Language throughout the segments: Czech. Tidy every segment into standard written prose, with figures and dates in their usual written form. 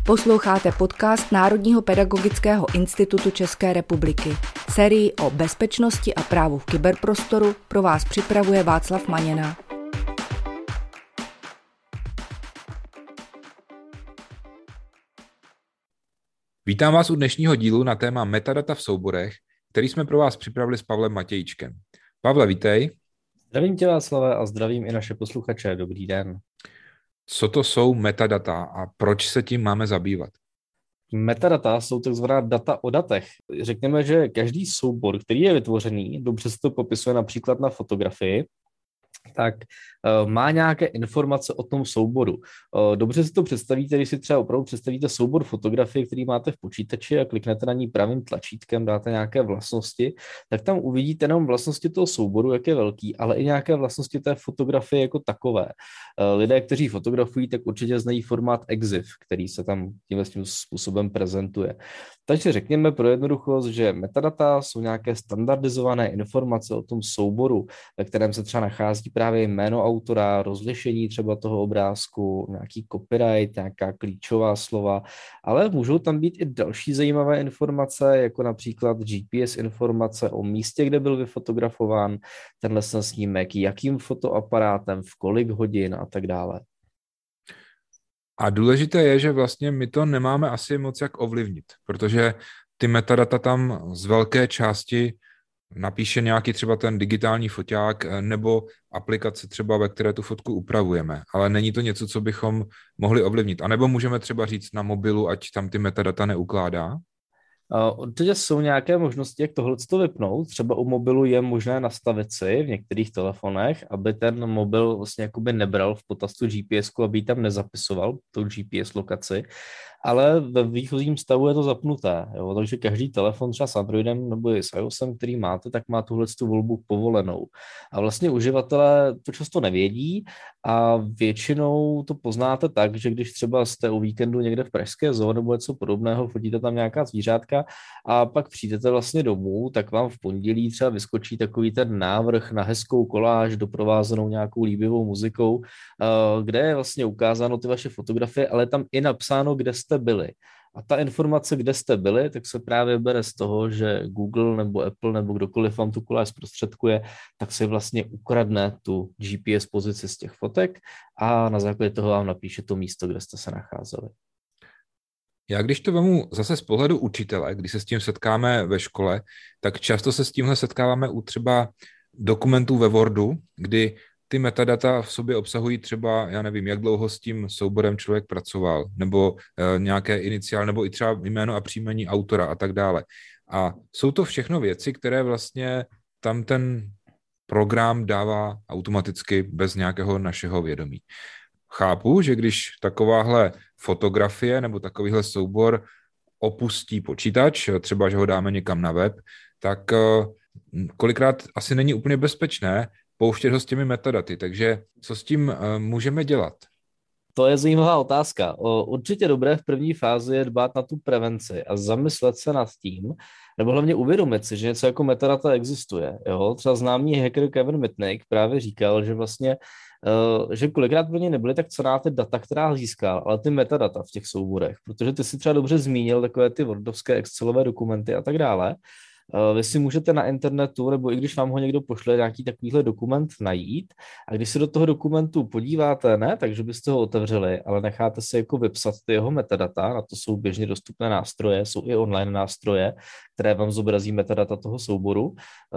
Posloucháte podcast Národního pedagogického institutu České republiky. Sérii o bezpečnosti a právu v kyberprostoru pro vás připravuje Václav Maněna. Vítám vás u dnešního dílu na téma metadata v souborech, který jsme pro vás připravili s Pavlem Matějčkem. Pavle, vítej. Zdravím tě, Václave, a zdravím i naše posluchače. Dobrý den. Co to jsou metadata a proč se tím máme zabývat? Metadata jsou takzvaná data o datech. Řekněme, že každý soubor, který je vytvořený, dobře se to popisuje například na fotografii, tak má nějaké informace o tom souboru. Dobře si to představíte, když si třeba opravdu představíte soubor fotografie, který máte v počítači a kliknete na ní pravým tlačítkem, dáte nějaké vlastnosti, tak tam uvidíte jenom vlastnosti toho souboru, jak je velký, ale i nějaké vlastnosti té fotografie jako takové. Lidé, kteří fotografují, tak určitě znají formát EXIF, který se tam tímhle způsobem prezentuje. Takže řekněme pro jednoduchost, že metadata jsou nějaké standardizované informace o tom souboru, ve kterém se třeba nachází právě jméno autora, rozlišení třeba toho obrázku, nějaký copyright, nějaká klíčová slova, ale můžou tam být i další zajímavé informace, jako například GPS informace o místě, kde byl vyfotografován tenhle snímek, jakým fotoaparátem, v kolik hodin a tak dále. A důležité je, že vlastně my to nemáme asi moc jak ovlivnit, protože ty metadata tam z velké části napíše nějaký třeba ten digitální foťák nebo aplikace třeba, ve které tu fotku upravujeme, ale není to něco, co bychom mohli ovlivnit. A nebo můžeme třeba říct na mobilu, ať tam ty metadata neukládá? Určitě jsou nějaké možnosti, jak tohle vypnout. Třeba u mobilu je možné nastavit si v některých telefonech, aby ten mobil vlastně jakoby nebral v potaz tu GPS-ku, aby ji tam nezapisoval, tu GPS lokaci, ale ve výchozím stavu je to zapnuté. Jo? Takže každý telefon třeba s Androidem nebo i s iOSem, který máte, tak má tuhle volbu povolenou. A vlastně uživatelé to často nevědí a většinou to poznáte tak, že když třeba jste o víkendu někde v pražské zoo nebo něco podobného, fotíte tam nějaká zvířátka a pak přijdete vlastně domů, tak vám v pondělí třeba vyskočí takový ten návrh na hezkou koláž doprovázenou nějakou líbivou muzikou, kde je vlastně ukázáno ty vaše fotografie, ale tam i napsáno, kde jste byli. A ta informace, kde jste byli, tak se právě bere z toho, že Google nebo Apple nebo kdokoliv vám tu koláž zprostředkuje, tak si vlastně ukradne tu GPS pozici z těch fotek a na základě toho vám napíše to místo, kde jste se nacházeli. Já když to vemu zase z pohledu učitele, když se s tím setkáme ve škole, tak často se s tímhle setkáváme u třeba dokumentů ve Wordu, kdy ty metadata v sobě obsahují třeba, já nevím, jak dlouho s tím souborem člověk pracoval, nebo nějaké iniciál, nebo i třeba jméno a příjmení autora a tak dále. A jsou to všechno věci, které vlastně tam ten program dává automaticky bez nějakého našeho vědomí. Chápu, že když takováhle fotografie nebo takovýhle soubor opustí počítač, třeba že ho dáme někam na web, tak kolikrát asi není úplně bezpečné pouštět ho s těmi metadaty. Takže co s tím můžeme dělat? To je zajímavá otázka. Určitě dobré v první fázi je dbát na tu prevenci a zamyslet se nad tím, nebo hlavně uvědomit si, že něco jako metadata existuje. Jo? Třeba známý hacker Kevin Mitnick právě říkal, že vlastně že kolikrát pro něj nebyly tak cenná ty data, která získal, ale ty metadata v těch souborech, protože ty si třeba dobře zmínil takové ty wordovské, excelové dokumenty a tak dále. Vy si můžete na internetu, nebo i když vám ho někdo pošle, nějaký takovýhle dokument najít a když se do toho dokumentu podíváte, ne, takže byste ho otevřeli, ale necháte si jako vypsat ty jeho metadata, na to jsou běžně dostupné nástroje, jsou i online nástroje, které vám zobrazí metadata toho souboru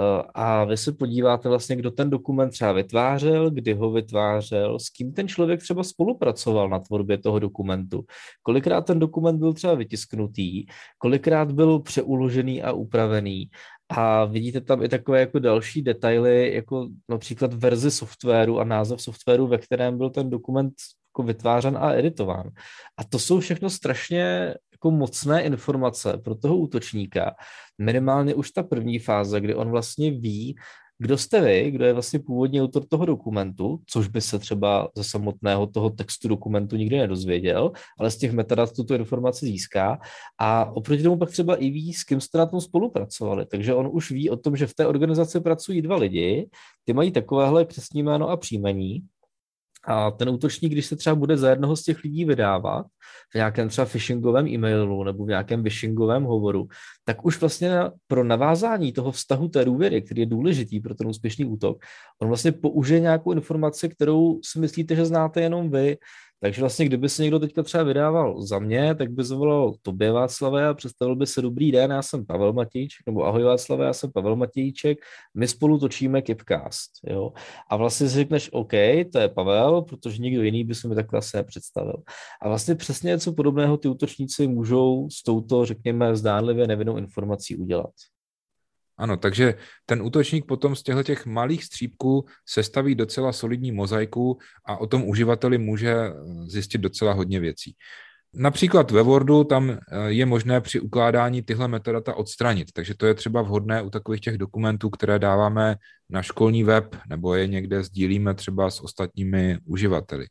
a vy se podíváte vlastně, kdo ten dokument třeba vytvářel, kdy ho vytvářel, s kým ten člověk třeba spolupracoval na tvorbě toho dokumentu, kolikrát ten dokument byl třeba vytisknutý, kolikrát byl přeuložený a upravený. A vidíte tam i takové jako další detaily, jako například verzi softwaru a název softwaru, ve kterém byl ten dokument jako vytvářen a editován. A to jsou všechno strašně jako mocné informace pro toho útočníka. Minimálně už ta první fáze, kdy on vlastně ví, kdo jste vy, kdo je vlastně původní autor toho dokumentu, což by se třeba ze samotného toho textu dokumentu nikdy nedozvěděl, ale z těch metadat tuto informaci získá a oproti tomu pak třeba i ví, s kým jste na tom spolupracovali. Takže on už ví o tom, že v té organizaci pracují dva lidi, ty mají takovéhle křestní jméno a příjmení A ten útočník, když se třeba bude za jednoho z těch lidí vydávat v nějakém třeba phishingovém e-mailu nebo v nějakém phishingovém hovoru, tak už vlastně pro navázání toho vztahu té důvěry, který je důležitý pro ten úspěšný útok, on vlastně použije nějakou informaci, kterou si myslíte, že znáte jenom vy. Takže vlastně, kdyby se někdo teďka třeba vydával za mě, tak by zavolal tobě, Václave, a představil by se: dobrý den, já jsem Pavel Matějíček, nebo ahoj Václave, já jsem Pavel Matějíček, my spolu točíme Kipcast, jo. A vlastně si řekneš: OK, to je Pavel, protože nikdo jiný by se mi takhle asi nepředstavil. A vlastně přesně něco podobného ty útočníci můžou s touto, řekněme, zdánlivě nevinnou informací udělat. Ano, takže ten útočník potom z těch malých střípků sestaví docela solidní mozaiku a o tom uživateli může zjistit docela hodně věcí. Například ve Wordu tam je možné při ukládání tyhle metadata odstranit, takže to je třeba vhodné u takových těch dokumentů, které dáváme na školní web nebo je někde sdílíme třeba s ostatními uživateli.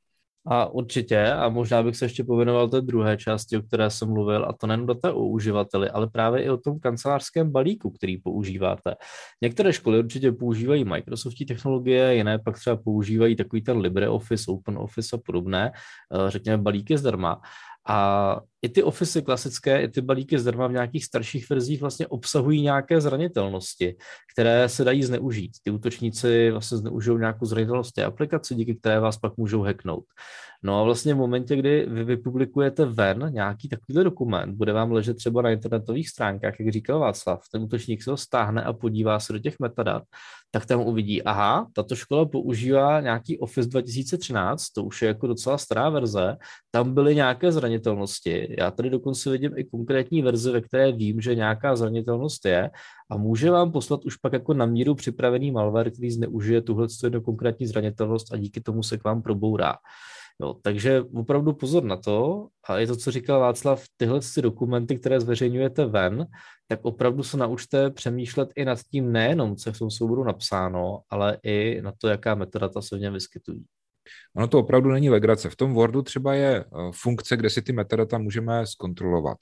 A určitě, a možná bych se ještě pověnoval té druhé části, o které jsem mluvil, a to nejen o uživateli, ale právě i o tom kancelářském balíku, který používáte. Některé školy určitě používají Microsoftí technologie, jiné pak třeba používají takový ten LibreOffice, OpenOffice a podobné, řekněme, balíky zdarma. A i ty Office klasické, i ty balíky zdarma v nějakých starších verzích vlastně obsahují nějaké zranitelnosti, které se dají zneužít. Ty útočníci vlastně zneužijou nějakou zranitelnost té aplikace, díky které vás pak můžou hacknout. No a vlastně v momentě, kdy vy vypublikujete ven nějaký takovýhle dokument, bude vám ležet třeba na internetových stránkách, jak říkal Václav, ten útočník se ho stáhne a podívá se do těch metadat, tak tam uvidí: aha, tato škola používá nějaký Office 2013, to už je jako docela stará verze, tam byly nějaké zranitelnosti. Já tady dokonce vidím i konkrétní verzi, ve které vím, že nějaká zranitelnost je, a může vám poslat už pak jako na míru připravený malware, který zneužije tuhle konkrétní zranitelnost a díky tomu se k vám probourá. Jo, takže opravdu pozor na to, a je to, co říkal Václav, tyhle dokumenty, které zveřejňujete ven, tak opravdu se naučte přemýšlet i nad tím nejenom, co v tom souboru napsáno, ale i na to, jaká metadata se v něm vyskytují. Ono to opravdu není legrace. V tom Wordu třeba je funkce, kde si ty metadata můžeme zkontrolovat.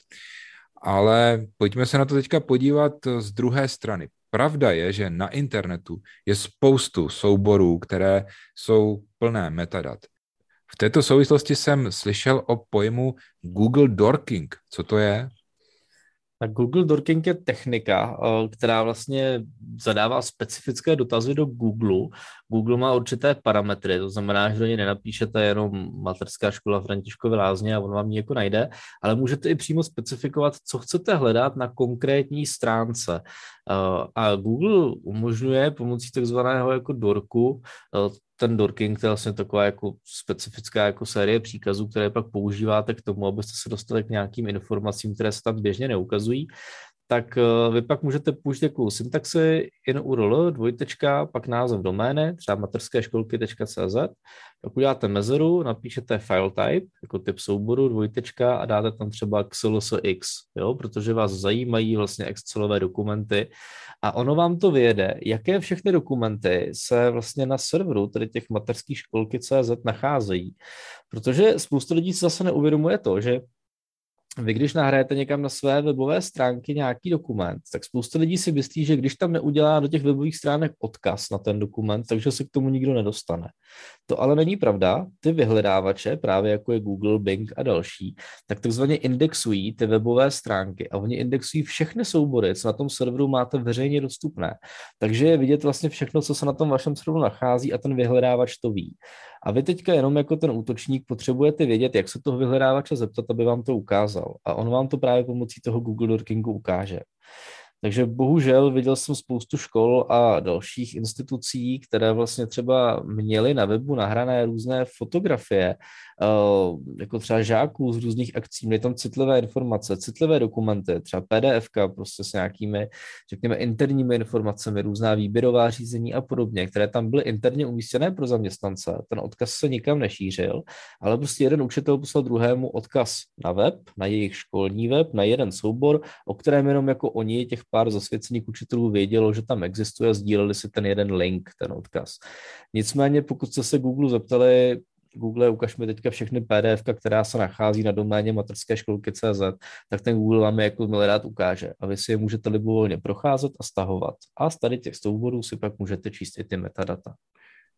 Ale pojďme se na to teďka podívat z druhé strany. Pravda je, že na internetu je spoustu souborů, které jsou plné metadat. V této souvislosti jsem slyšel o pojmu Google Dorking. Co to je? Tak Google Dorking je technika, která vlastně zadává specifické dotazy do Google. Google má určité parametry, to znamená, že do něj nenapíšete jenom mateřská škola Františkovy Lázně a on vám ji jako najde, ale můžete i přímo specifikovat, co chcete hledat na konkrétní stránce. A Google umožňuje pomocí takzvaného jako dorku, ten dorking, to je vlastně taková jako specifická jako série příkazů, které pak používáte k tomu, abyste se dostali k nějakým informacím, které se tam běžně neukazují, tak vy pak můžete použít jako syntaxi in URL, dvojtečka, pak název domény, třeba mateřskeškolky.cz, pak uděláte mezeru, napíšete file type, jako typ souboru, dvojtečka a dáte tam třeba XLSX, jo, protože vás zajímají vlastně Excelové dokumenty a ono vám to vyjede, jaké všechny dokumenty se vlastně na serveru, tedy těch mateřských školky.cz nacházejí, protože spousta lidí si zase neuvědomuje to, že vy, když nahrajete někam na své webové stránky nějaký dokument, tak spousta lidí si myslí, že když tam neudělá do těch webových stránek odkaz na ten dokument, takže se k tomu nikdo nedostane. To ale není pravda. Ty vyhledávače, právě jako je Google, Bing a další, tak takzvaně indexují ty webové stránky a oni indexují všechny soubory, co na tom serveru máte veřejně dostupné. Takže je vidět vlastně všechno, co se na tom vašem serveru nachází a ten vyhledávač to ví. A vy teďka jenom jako ten útočník potřebujete vědět, jak se toho vyhledávače zeptat, aby vám to ukázal. A on vám to právě pomocí toho Google Dorkingu ukáže. Takže bohužel viděl jsem spoustu škol a dalších institucí, které vlastně třeba měly na webu nahrané různé fotografie, jako třeba žáků z různých akcí, měly tam citlivé informace, citlivé dokumenty, třeba PDFka prostě s nějakými, řekněme, interními informacemi, různá výběrová řízení a podobně, které tam byly interně umístěné pro zaměstnance. Ten odkaz se nikam nešířil, ale prostě jeden učitel poslal druhému odkaz na web, na jejich školní web, na jeden soubor, o kterém jenom jako oni, těch pár zasvěcených učitelů, vědělo, že tam existuje a sdíleli si ten jeden link, ten odkaz. Nicméně, pokud jste se Google zeptali, Google, ukaž mi teďka všechny PDF, která se nachází na doméně mateřskeškolky.cz, tak ten Google vám je jako milý rád ukáže a vy si je můžete libovolně procházet a stahovat. A z tady těch souborů si pak můžete číst i ty metadata.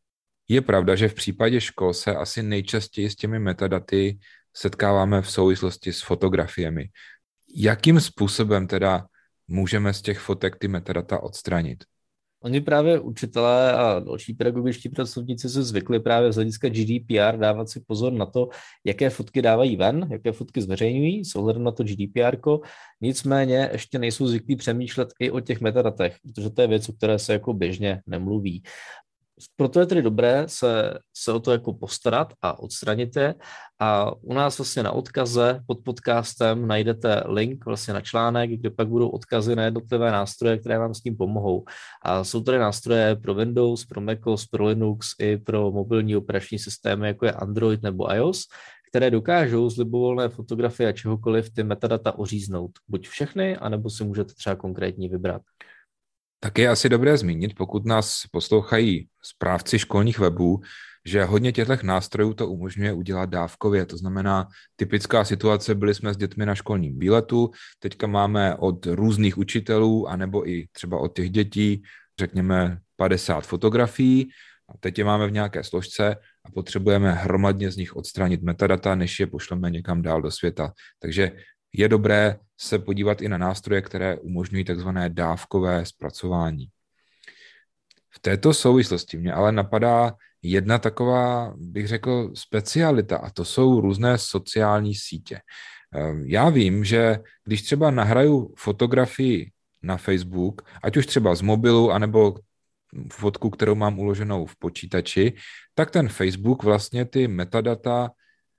Je pravda, že v případě škol se asi nejčastěji s těmi metadaty setkáváme v souvislosti s fotografiemi. Jakým způsobem teda můžeme z těch fotek ty metadata odstranit? Oni právě učitelé a další pedagogičtí pracovníci se zvykli právě z hlediska GDPR dávat si pozor na to, jaké fotky dávají ven, jaké fotky zveřejňují, s ohledem na to GDPR. Nicméně ještě nejsou zvyklí přemýšlet i o těch metadatech, protože to je věc, o které se jako běžně nemluví. Proto je tedy dobré se o to jako postarat a odstranit je. A u nás vlastně na odkaze pod podcastem najdete link vlastně na článek, kde pak budou odkazy na jednotlivé nástroje, které vám s tím pomohou. A jsou tady nástroje pro Windows, pro macOS, pro Linux i pro mobilní operační systémy, jako je Android nebo iOS, které dokážou z libovolné fotografie a čehokoliv ty metadata oříznout. Buď všechny, anebo si můžete třeba konkrétní vybrat. Tak je asi dobré zmínit, pokud nás poslouchají správci školních webů, že hodně těchto nástrojů to umožňuje udělat dávkově. To znamená, typická situace, byli jsme s dětmi na školním výletu, teďka máme od různých učitelů, anebo i třeba od těch dětí, řekněme 50 fotografií, a teď je máme v nějaké složce a potřebujeme hromadně z nich odstranit metadata, než je pošleme někam dál do světa. Takže je dobré se podívat i na nástroje, které umožňují takzvané dávkové zpracování. V této souvislosti mě ale napadá jedna taková, bych řekl, specialita, a to jsou různé sociální sítě. Já vím, že když třeba nahraju fotografii na Facebook, ať už třeba z mobilu, anebo fotku, kterou mám uloženou v počítači, tak ten Facebook vlastně ty metadata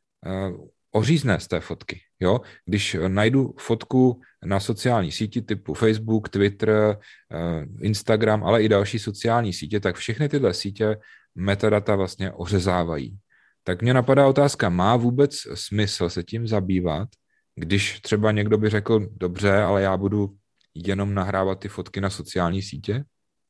ořízne z té fotky. Jo? Když najdu fotku na sociální síti typu Facebook, Twitter, Instagram, ale i další sociální sítě, tak všechny tyhle sítě metadata vlastně ořezávají. Tak mě napadá otázka, má vůbec smysl se tím zabývat, když třeba někdo by řekl, dobře, ale já budu jenom nahrávat ty fotky na sociální sítě?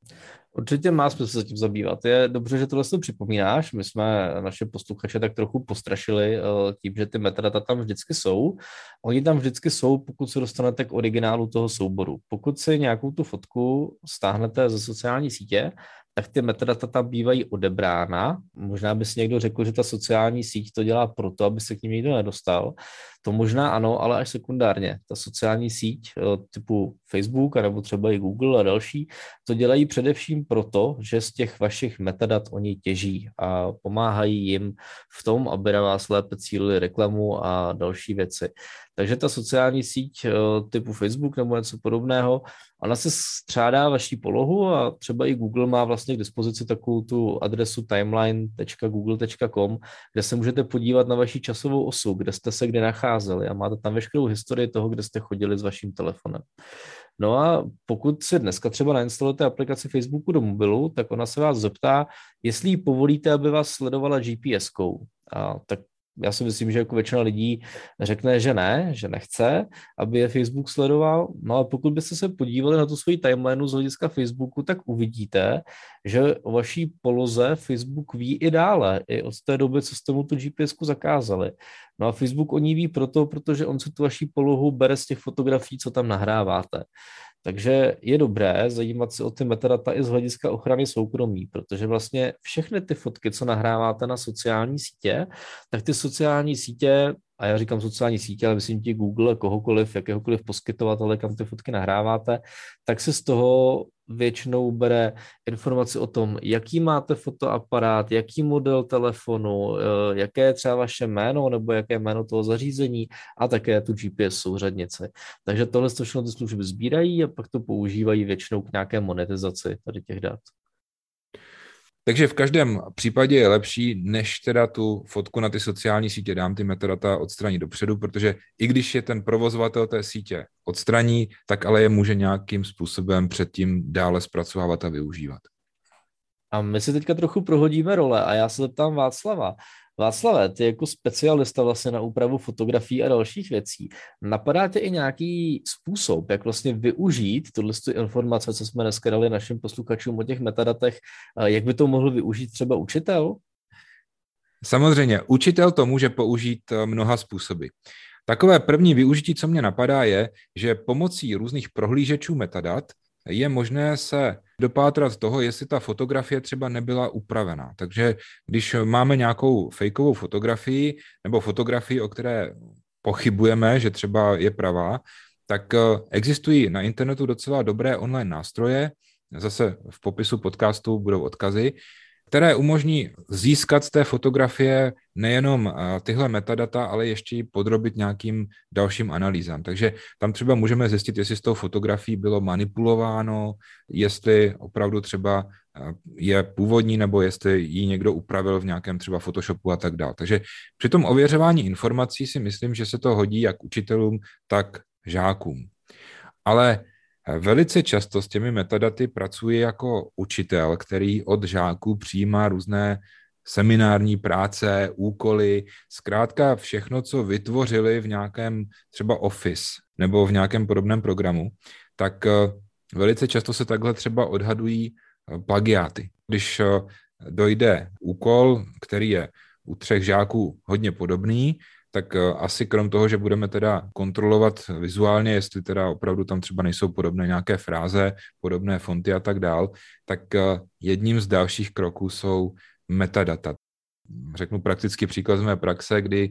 Určitě má smysl se tím zabývat. Je dobře, že tohle si připomínáš. My jsme naše posluchače tak trochu postrašili tím, že ty metadata tam vždycky jsou. Oni tam vždycky jsou, pokud se dostanete k originálu toho souboru. Pokud si nějakou tu fotku stáhnete ze sociální sítě, tak ty metadata tam bývají odebrána. Možná by si někdo řekl, že ta sociální síť to dělá proto, aby se k ním nikdo nedostal. To možná ano, ale až sekundárně. Ta sociální síť typu Facebook, nebo třeba i Google a další, to dělají především proto, že z těch vašich metadat oni těží a pomáhají jim v tom, aby na vás lépe cílili reklamu a další věci. Takže ta sociální síť typu Facebook nebo něco podobného, ona se střádá vaší polohu a třeba i Google má vlastně k dispozici takovou tu adresu timeline.google.com, kde se můžete podívat na vaši časovou osu, kde jste se kdy nacházeli a máte tam veškerou historii toho, kde jste chodili s vaším telefonem. No a pokud si dneska třeba nainstalujete aplikaci Facebooku do mobilu, tak ona se vás zeptá, jestli ji povolíte, aby vás sledovala GPS-kou. A tak já si myslím, že jako většina lidí řekne, že ne, že nechce, aby je Facebook sledoval. No a pokud byste se podívali na tu svoji timelineu z hlediska Facebooku, tak uvidíte, že o vaší poloze Facebook ví i dále, i od té doby, co jste mu tu GPSku zakázali. No a Facebook o ní ví protože on si tu vaší polohu bere z těch fotografií, co tam nahráváte. Takže je dobré zajímat se o ty metadata i z hlediska ochrany soukromí, protože vlastně všechny ty fotky, co nahráváte na sociální sítě, tak ty sociální sítě, a já říkám sociální sítě, ale myslím ti Google, kohokoliv, jakéhokoliv poskytovatele, kam ty fotky nahráváte, tak se z toho většinou bere informaci o tom, jaký máte fotoaparát, jaký model telefonu, jaké je třeba vaše jméno nebo jaké jméno toho zařízení a také tu GPS souřadnici. Takže tohle všechno ty služby sbírají a pak to používají většinou k nějaké monetizaci tady těch dat. Takže v každém případě je lepší, než teda tu fotku na ty sociální sítě dám, ty metadata odstranit dopředu, protože i když je ten provozovatel té sítě odstraní, tak ale je může nějakým způsobem předtím dále zpracovávat a využívat. A my si teďka trochu prohodíme role a já se zeptám Václava. Václave, ty jako specialista vlastně na úpravu fotografií a dalších věcí, napadá tě i nějaký způsob, jak vlastně využít tuhle informace, co jsme dneska dali našim posluchačům o těch metadatech, jak by to mohl využít třeba učitel? Samozřejmě, učitel to může použít mnoha způsoby. Takové první využití, co mě napadá, je, že pomocí různých prohlížečů metadat je možné se dopátrat z toho, jestli ta fotografie třeba nebyla upravená. Takže když máme nějakou fejkovou fotografii nebo fotografii, o které pochybujeme, že třeba je pravá, tak existují na internetu docela dobré online nástroje, zase v popisu podcastu budou odkazy, které umožní získat z té fotografie nejenom tyhle metadata, ale ještě ji podrobit nějakým dalším analýzám. Takže tam třeba můžeme zjistit, jestli s tou fotografií bylo manipulováno, jestli opravdu třeba je původní, nebo jestli ji někdo upravil v nějakém třeba Photoshopu a tak dále. Takže při tom ověřování informací si myslím, že se to hodí jak učitelům, tak žákům. Ale velice často s těmi metadaty pracuji jako učitel, který od žáků přijímá různé seminární práce, úkoly, zkrátka všechno, co vytvořili v nějakém třeba Office nebo v nějakém podobném programu, tak velice často se takhle třeba odhadují plagiáty. Když dojde úkol, který je u 3 žáků hodně podobný, tak asi krom toho, že budeme teda kontrolovat vizuálně, jestli teda opravdu tam třeba nejsou podobné nějaké fráze, podobné fonty a tak dál, tak jedním z dalších kroků jsou metadata. Řeknu praktický příklad z mé praxe, kdy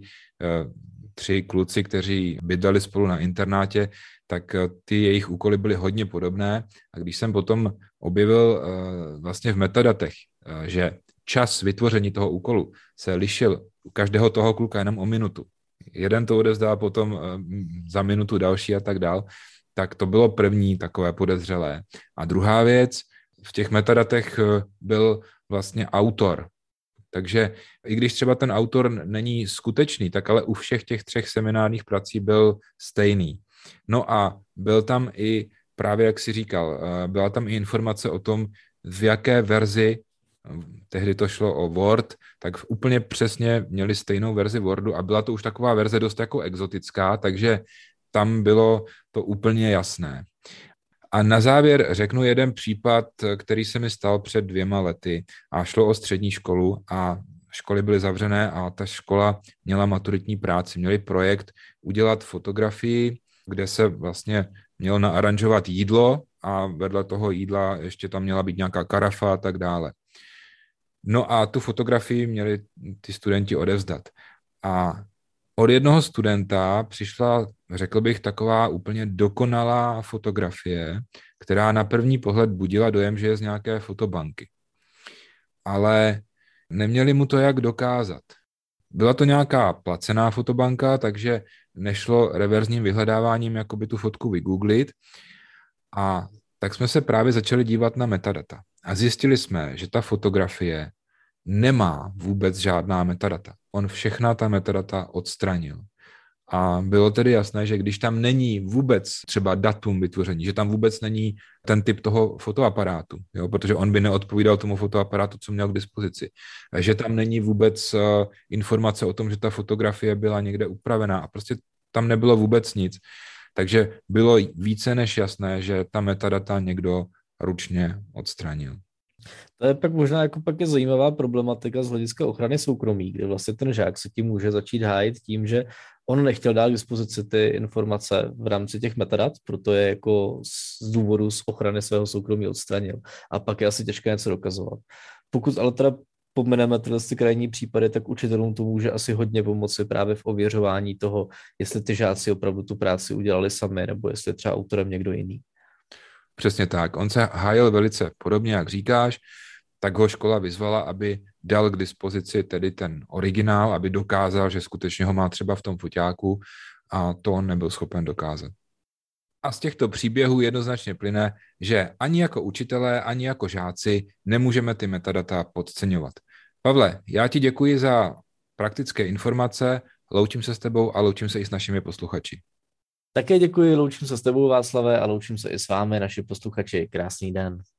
3 kluci, kteří bydleli spolu na internátě, tak ty jejich úkoly byly hodně podobné a když jsem potom objevil vlastně v metadatech, že čas vytvoření toho úkolu se lišil u každého toho kluka jenom o minutu. Jeden to odevzdá potom za minutu další a tak dál, tak to bylo první takové podezřelé. A druhá věc, v těch metadatech byl vlastně autor. Takže i když třeba ten autor není skutečný, tak ale u všech těch 3 seminárních prací byl stejný. No a byl tam i, právě jak jsi říkal, byla tam i informace o tom, v jaké verzi, tehdy to šlo o Word, tak úplně přesně měli stejnou verzi Wordu a byla to už taková verze dost jako exotická, takže tam bylo to úplně jasné. A na závěr řeknu jeden případ, který se mi stal před 2 lety a šlo o střední školu a školy byly zavřené a ta škola měla maturitní práci, měli projekt udělat fotografii, kde se vlastně mělo naaranžovat jídlo a vedle toho jídla ještě tam měla být nějaká karafa a tak dále. No a tu fotografii měli ty studenti odevzdat. A od jednoho studenta přišla, řekl bych, taková úplně dokonalá fotografie, která na první pohled budila dojem, že je z nějaké fotobanky. Ale neměli mu to jak dokázat. Byla to nějaká placená fotobanka, takže nešlo reverzním vyhledáváním jakoby tu fotku vygooglit. A tak jsme se právě začali dívat na metadata. A zjistili jsme, že ta fotografie nemá vůbec žádná metadata. On všechna ta metadata odstranil. A bylo tedy jasné, že když tam není vůbec třeba datum vytvoření, že tam vůbec není ten typ toho fotoaparátu, jo, protože on by neodpovídal tomu fotoaparátu, co měl k dispozici, že tam není vůbec informace o tom, že ta fotografie byla někde upravená a prostě tam nebylo vůbec nic. Takže bylo více než jasné, že ta metadata někdo ručně odstranil. To je pak možná jako pak je zajímavá problematika z hlediska ochrany soukromí, kdy vlastně ten žák se tím může začít hájit tím, že on nechtěl dát k dispozici ty informace v rámci těch metadat, proto je jako z důvodu z ochrany svého soukromí odstranil. A pak je asi těžké něco dokazovat. Pokud ale teda pomeneme tyhle krajní případy, tak učitelům to může asi hodně pomoci právě v ověřování toho, jestli ty žáci opravdu tu práci udělali sami, nebo jestli třeba autorem někdo jiný. Přesně tak. On se hájil velice podobně, jak říkáš, tak ho škola vyzvala, aby dal k dispozici tedy ten originál, aby dokázal, že skutečně ho má třeba v tom foťáku a to on nebyl schopen dokázat. A z těchto příběhů jednoznačně plyne, že ani jako učitelé, ani jako žáci nemůžeme ty metadata podceňovat. Pavle, já ti děkuji za praktické informace, loučím se s tebou a loučím se i s našimi posluchači. Také děkuji, loučím se s tebou, Václave, a loučím se i s vámi, naši posluchači. Krásný den.